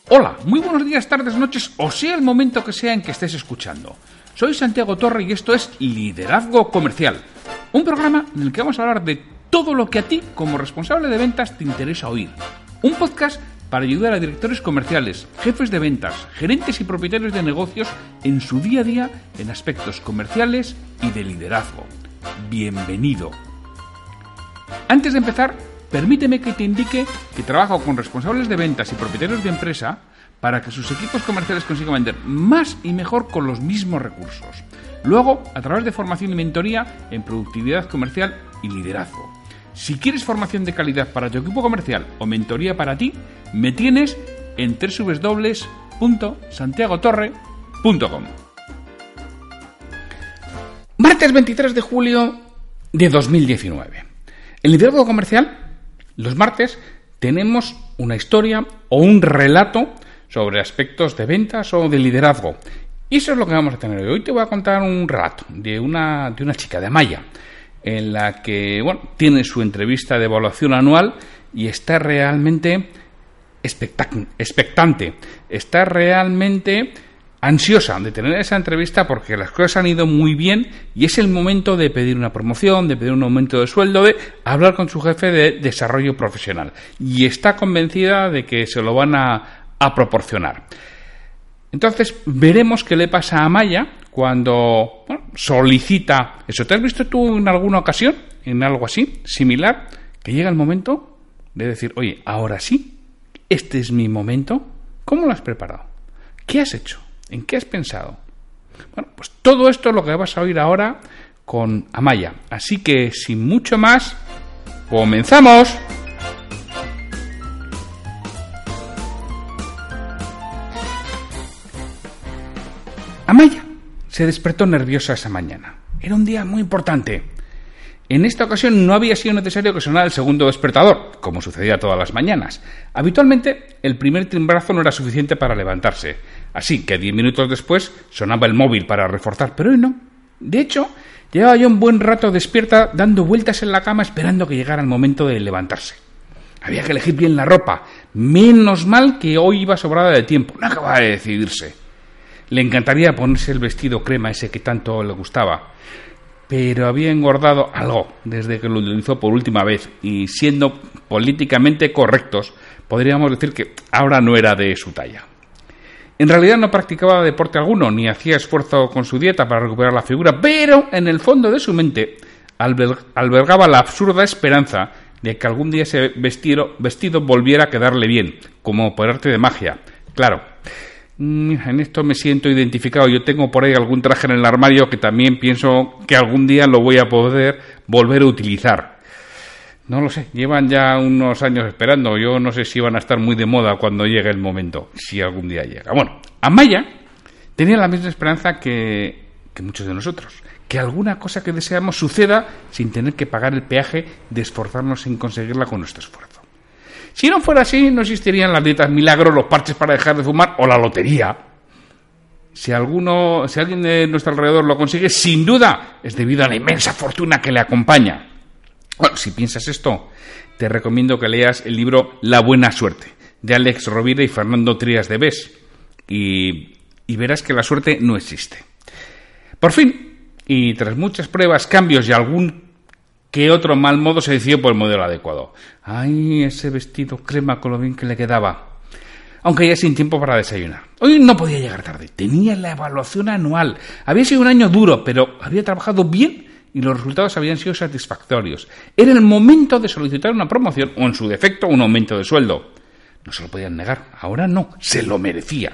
Hola, muy buenos días, tardes, noches, o sea el momento que sea en que estés escuchando. Soy Santiago Torre y esto es Liderazgo Comercial, un programa en el que vamos a hablar de todo lo que a ti, como responsable de ventas, te interesa oír. Un podcast para ayudar a directores comerciales, jefes de ventas, gerentes y propietarios de negocios en su día a día en aspectos comerciales y de liderazgo. Bienvenido. Antes de empezar, permíteme que te indique que trabajo con responsables de ventas y propietarios de empresa para que sus equipos comerciales consigan vender más y mejor con los mismos recursos. Luego, a través de formación y mentoría en productividad comercial y liderazgo. Si quieres formación de calidad para tu equipo comercial o mentoría para ti, me tienes en www.santiagotorre.com. Martes 23 de julio de 2019. En liderazgo comercial, los martes tenemos una historia o un relato sobre aspectos de ventas o de liderazgo. Y eso es lo que vamos a tener hoy. Hoy te voy a contar un relato de una chica, de Amaya, en la que tiene su entrevista de evaluación anual y está realmente expectante. Está realmente ansiosa de tener esa entrevista porque las cosas han ido muy bien y es el momento de pedir una promoción, de pedir un aumento de sueldo, de hablar con su jefe de desarrollo profesional. Y está convencida de que se lo van a proporcionar. Entonces, veremos qué le pasa a Amaya cuando solicita eso. ¿Te has visto tú en alguna ocasión, en algo así, similar, que llega el momento de decir, oye, ahora sí, este es mi momento? ¿Cómo lo has preparado? ¿Qué has hecho? ¿En qué has pensado? Bueno, pues todo esto es lo que vas a oír ahora con Amaya. Así que, sin mucho más, ¡comenzamos! Amaya se despertó nerviosa esa mañana. Era un día muy importante. En esta ocasión no había sido necesario que sonara el segundo despertador, como sucedía todas las mañanas. Habitualmente, el primer timbrazo no era suficiente para levantarse, así que 10 minutos después sonaba el móvil para reforzar, pero hoy no. De hecho, llevaba ya un buen rato despierta, dando vueltas en la cama, esperando que llegara el momento de levantarse. Había que elegir bien la ropa. Menos mal que hoy iba sobrada de tiempo. No acababa de decidirse. Le encantaría ponerse el vestido crema ese que tanto le gustaba, pero había engordado algo desde que lo utilizó por última vez y, siendo políticamente correctos, podríamos decir que ahora no era de su talla. En realidad no practicaba deporte alguno ni hacía esfuerzo con su dieta para recuperar la figura, pero en el fondo de su mente albergaba la absurda esperanza de que algún día ese vestido volviera a quedarle bien, como por arte de magia. Claro, en esto me siento identificado. Yo tengo por ahí algún traje en el armario que también pienso que algún día lo voy a poder volver a utilizar. No lo sé, llevan ya unos años esperando. Yo no sé si van a estar muy de moda cuando llegue el momento, si algún día llega. Bueno, Amaya tenía la misma esperanza que muchos de nosotros, que alguna cosa que deseamos suceda sin tener que pagar el peaje de esforzarnos en conseguirla con nuestro esfuerzo. Si no fuera así, no existirían las dietas milagro, los parches para dejar de fumar o la lotería. Si alguien de nuestro alrededor lo consigue, sin duda es debido a la inmensa fortuna que le acompaña. Bueno, si piensas esto, te recomiendo que leas el libro La buena suerte, de Alex Rovira y Fernando Trías de Bes, y verás que la suerte no existe. Por fin, y tras muchas pruebas, cambios y algún que otro mal modo, se decidió por el modelo adecuado. ¡Ay, ese vestido crema con lo bien que le quedaba! Aunque ya sin tiempo para desayunar. Hoy no podía llegar tarde. Tenía la evaluación anual. Había sido un año duro, pero había trabajado bien y los resultados habían sido satisfactorios. Era el momento de solicitar una promoción o, en su defecto, un aumento de sueldo. No se lo podían negar. Ahora no. Se lo merecía.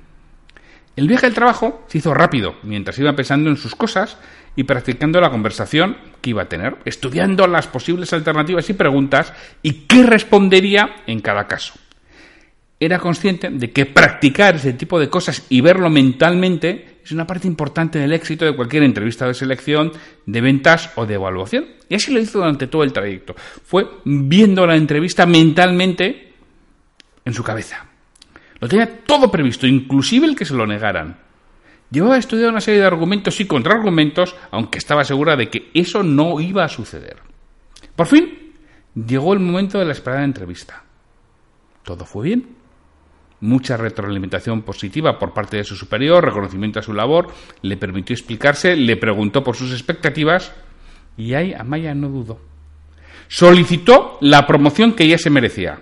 El viaje al trabajo se hizo rápido, mientras iba pensando en sus cosas y practicando la conversación que iba a tener, estudiando las posibles alternativas y preguntas y qué respondería en cada caso. Era consciente de que practicar ese tipo de cosas y verlo mentalmente es una parte importante del éxito de cualquier entrevista de selección, de ventas o de evaluación. Y así lo hizo durante todo el trayecto. Fue viendo la entrevista mentalmente en su cabeza. Lo tenía todo previsto, inclusive el que se lo negaran. Llevaba estudiado una serie de argumentos y contraargumentos, aunque estaba segura de que eso no iba a suceder. Por fin, llegó el momento de la esperada entrevista. Todo fue bien. Mucha retroalimentación positiva por parte de su superior, reconocimiento a su labor, le permitió explicarse, le preguntó por sus expectativas y ahí Amaya no dudó. Solicitó la promoción que ella se merecía.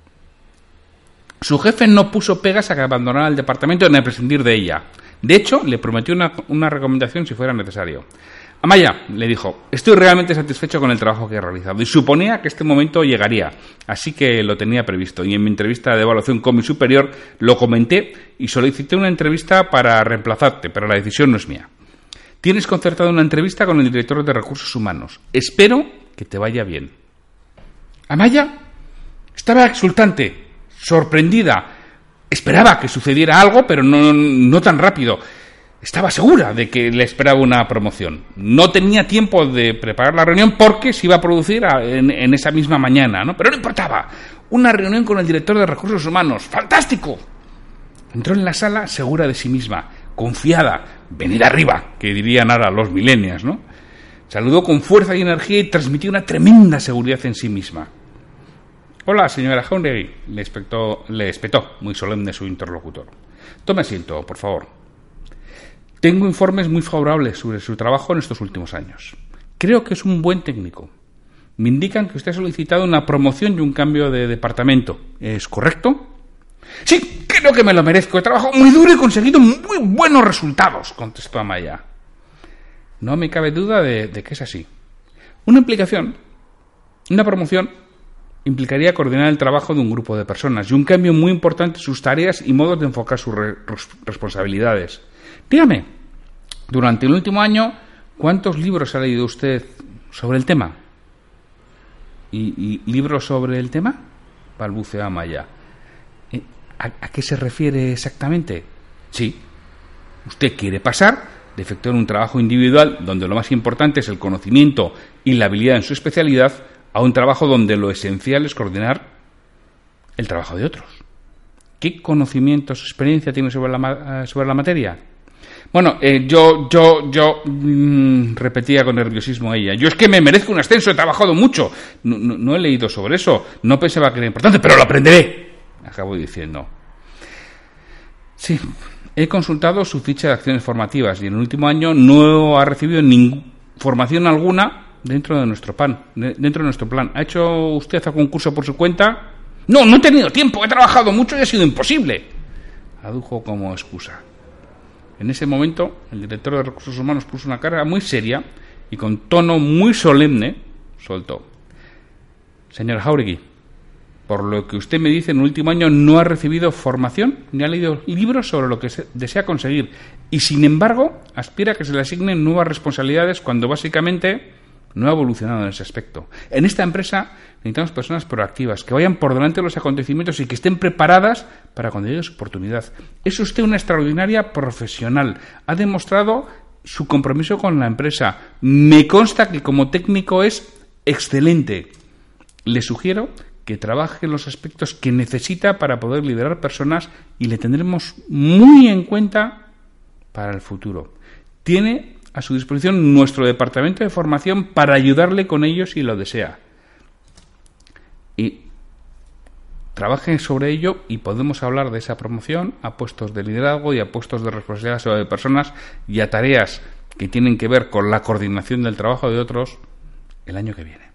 Su jefe no puso pegas a que abandonara el departamento ni a prescindir de ella. De hecho, le prometió una recomendación si fuera necesario. Amaya, le dijo, estoy realmente satisfecho con el trabajo que he realizado y suponía que este momento llegaría, así que lo tenía previsto y en mi entrevista de evaluación con mi superior lo comenté y solicité una entrevista para reemplazarte, pero la decisión no es mía. Tienes concertada una entrevista con el director de Recursos Humanos. Espero que te vaya bien. Amaya estaba exultante, sorprendida. Esperaba que sucediera algo, pero no tan rápido. Estaba segura de que le esperaba una promoción. No tenía tiempo de preparar la reunión porque se iba a producir en esa misma mañana, ¿no? Pero no importaba. Una reunión con el director de Recursos Humanos. ¡Fantástico! Entró en la sala segura de sí misma, confiada, venir arriba, que dirían ahora los millennials, ¿no? Saludó con fuerza y energía y transmitió una tremenda seguridad en sí misma. Hola, señora Jauregui, le espetó muy solemne su interlocutor. Tome asiento, por favor. Tengo informes muy favorables sobre su trabajo en estos últimos años. Creo que es un buen técnico. Me indican que usted ha solicitado una promoción y un cambio de departamento. ¿Es correcto? Sí, creo que me lo merezco. He trabajado muy duro y he conseguido muy buenos resultados, contestó Amaya. No me cabe duda de que es así. Una promoción implicaría coordinar el trabajo de un grupo de personas y un cambio muy importante en sus tareas y modos de enfocar sus responsabilidades. Dígame, durante el último año, ¿cuántos libros ha leído usted sobre el tema? ¿Y libros sobre el tema? Balbuceó Amaya. ¿A qué se refiere exactamente? Sí, usted quiere pasar de efectuar un trabajo individual donde lo más importante es el conocimiento y la habilidad en su especialidad a un trabajo donde lo esencial es coordinar el trabajo de otros. ¿Qué conocimientos o experiencia tiene sobre la materia? Bueno, yo repetía con nerviosismo ella. Yo es que me merezco un ascenso, he trabajado mucho. No he leído sobre eso, no pensaba que era importante, pero lo aprenderé. Acabo diciendo. Sí, he consultado su ficha de acciones formativas y en el último año no ha recibido formación alguna dentro de nuestro plan. ¿Ha hecho usted algún curso por su cuenta? No he tenido tiempo, he trabajado mucho y ha sido imposible, adujo como excusa. En ese momento, el director de Recursos Humanos puso una cara muy seria y con tono muy solemne soltó. Señor Jauregui, por lo que usted me dice, en el último año no ha recibido formación ni ha leído libros sobre lo que desea conseguir y, sin embargo, aspira a que se le asignen nuevas responsabilidades cuando básicamente no ha evolucionado en ese aspecto. En esta empresa necesitamos personas proactivas, que vayan por delante de los acontecimientos y que estén preparadas para cuando llegue su oportunidad. Es usted una extraordinaria profesional. Ha demostrado su compromiso con la empresa. Me consta que como técnico es excelente. Le sugiero que trabaje en los aspectos que necesita para poder liderar personas y le tendremos muy en cuenta para el futuro. Tiene a su disposición nuestro departamento de formación para ayudarle con ello si lo desea. Y trabaje sobre ello y podemos hablar de esa promoción a puestos de liderazgo y a puestos de responsabilidad sobre personas y a tareas que tienen que ver con la coordinación del trabajo de otros el año que viene.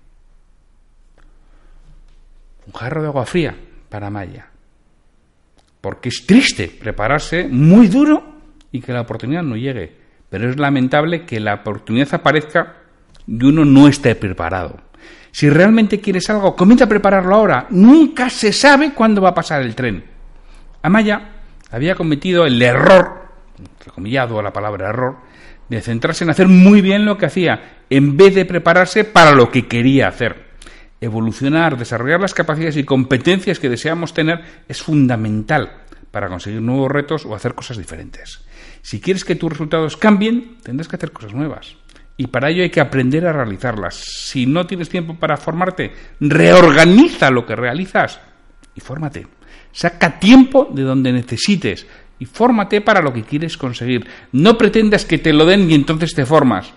Un jarro de agua fría para Amaya. Porque es triste prepararse muy duro y que la oportunidad no llegue. Pero es lamentable que la oportunidad aparezca y uno no esté preparado. Si realmente quieres algo, comienza a prepararlo ahora. Nunca se sabe cuándo va a pasar el tren. Amaya había cometido el error, entrecomillado la palabra error, de centrarse en hacer muy bien lo que hacía, en vez de prepararse para lo que quería hacer. Evolucionar, desarrollar las capacidades y competencias que deseamos tener es fundamental para conseguir nuevos retos o hacer cosas diferentes. Si quieres que tus resultados cambien, tendrás que hacer cosas nuevas. Y para ello hay que aprender a realizarlas. Si no tienes tiempo para formarte, reorganiza lo que realizas y fórmate. Saca tiempo de donde necesites y fórmate para lo que quieres conseguir. No pretendas que te lo den y entonces te formas.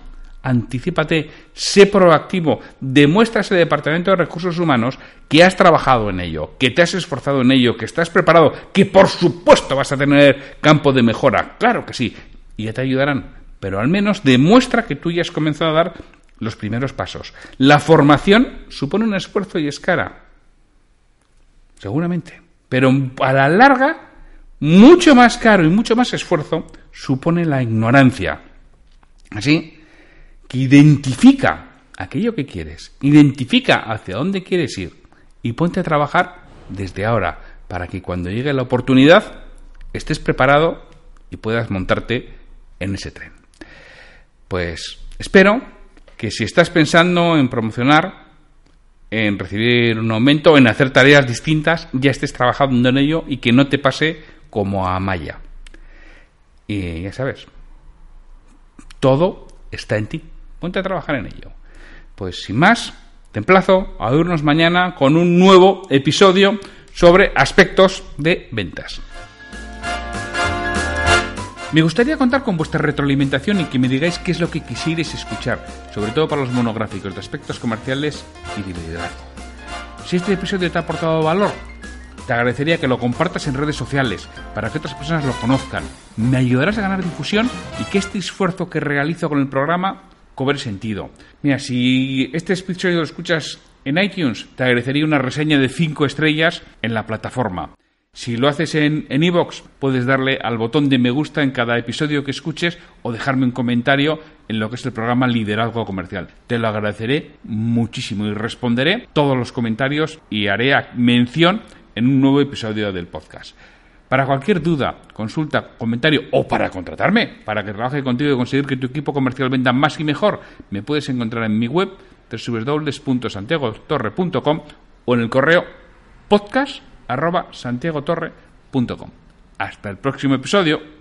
Anticípate, sé proactivo, demuestra a ese departamento de recursos humanos que has trabajado en ello, que te has esforzado en ello, que estás preparado, que por supuesto vas a tener campo de mejora. Claro que sí, y ya te ayudarán, pero al menos demuestra que tú ya has comenzado a dar los primeros pasos. La formación supone un esfuerzo y es cara, seguramente, pero a la larga, mucho más caro y mucho más esfuerzo supone la ignorancia. Así que identifica aquello que quieres, identifica hacia dónde quieres ir y ponte a trabajar desde ahora para que cuando llegue la oportunidad estés preparado y puedas montarte en ese tren. Pues espero que si estás pensando en promocionar, en recibir un aumento, en hacer tareas distintas, ya estés trabajando en ello y que no te pase como a Maya. Y ya sabes, todo está en ti. Ponte a trabajar en ello. Pues sin más, te emplazo a oírnos mañana con un nuevo episodio sobre aspectos de ventas. Me gustaría contar con vuestra retroalimentación y que me digáis qué es lo que quisierais escuchar, sobre todo para los monográficos de aspectos comerciales y de liderazgo. Si este episodio te ha aportado valor, te agradecería que lo compartas en redes sociales para que otras personas lo conozcan. Me ayudarás a ganar difusión y que este esfuerzo que realizo con el programa cobre sentido. Mira, si este episodio lo escuchas en iTunes, te agradecería una reseña de 5 estrellas en la plataforma. Si lo haces en iVoox, puedes darle al botón de me gusta en cada episodio que escuches o dejarme un comentario en lo que es el programa Liderazgo Comercial. Te lo agradeceré muchísimo y responderé todos los comentarios y haré mención en un nuevo episodio del podcast. Para cualquier duda, consulta, comentario o para contratarme, para que trabaje contigo y conseguir que tu equipo comercial venda más y mejor, me puedes encontrar en mi web www.santiagotorre.com o en el correo podcast@santiagotorre.com. Hasta el próximo episodio.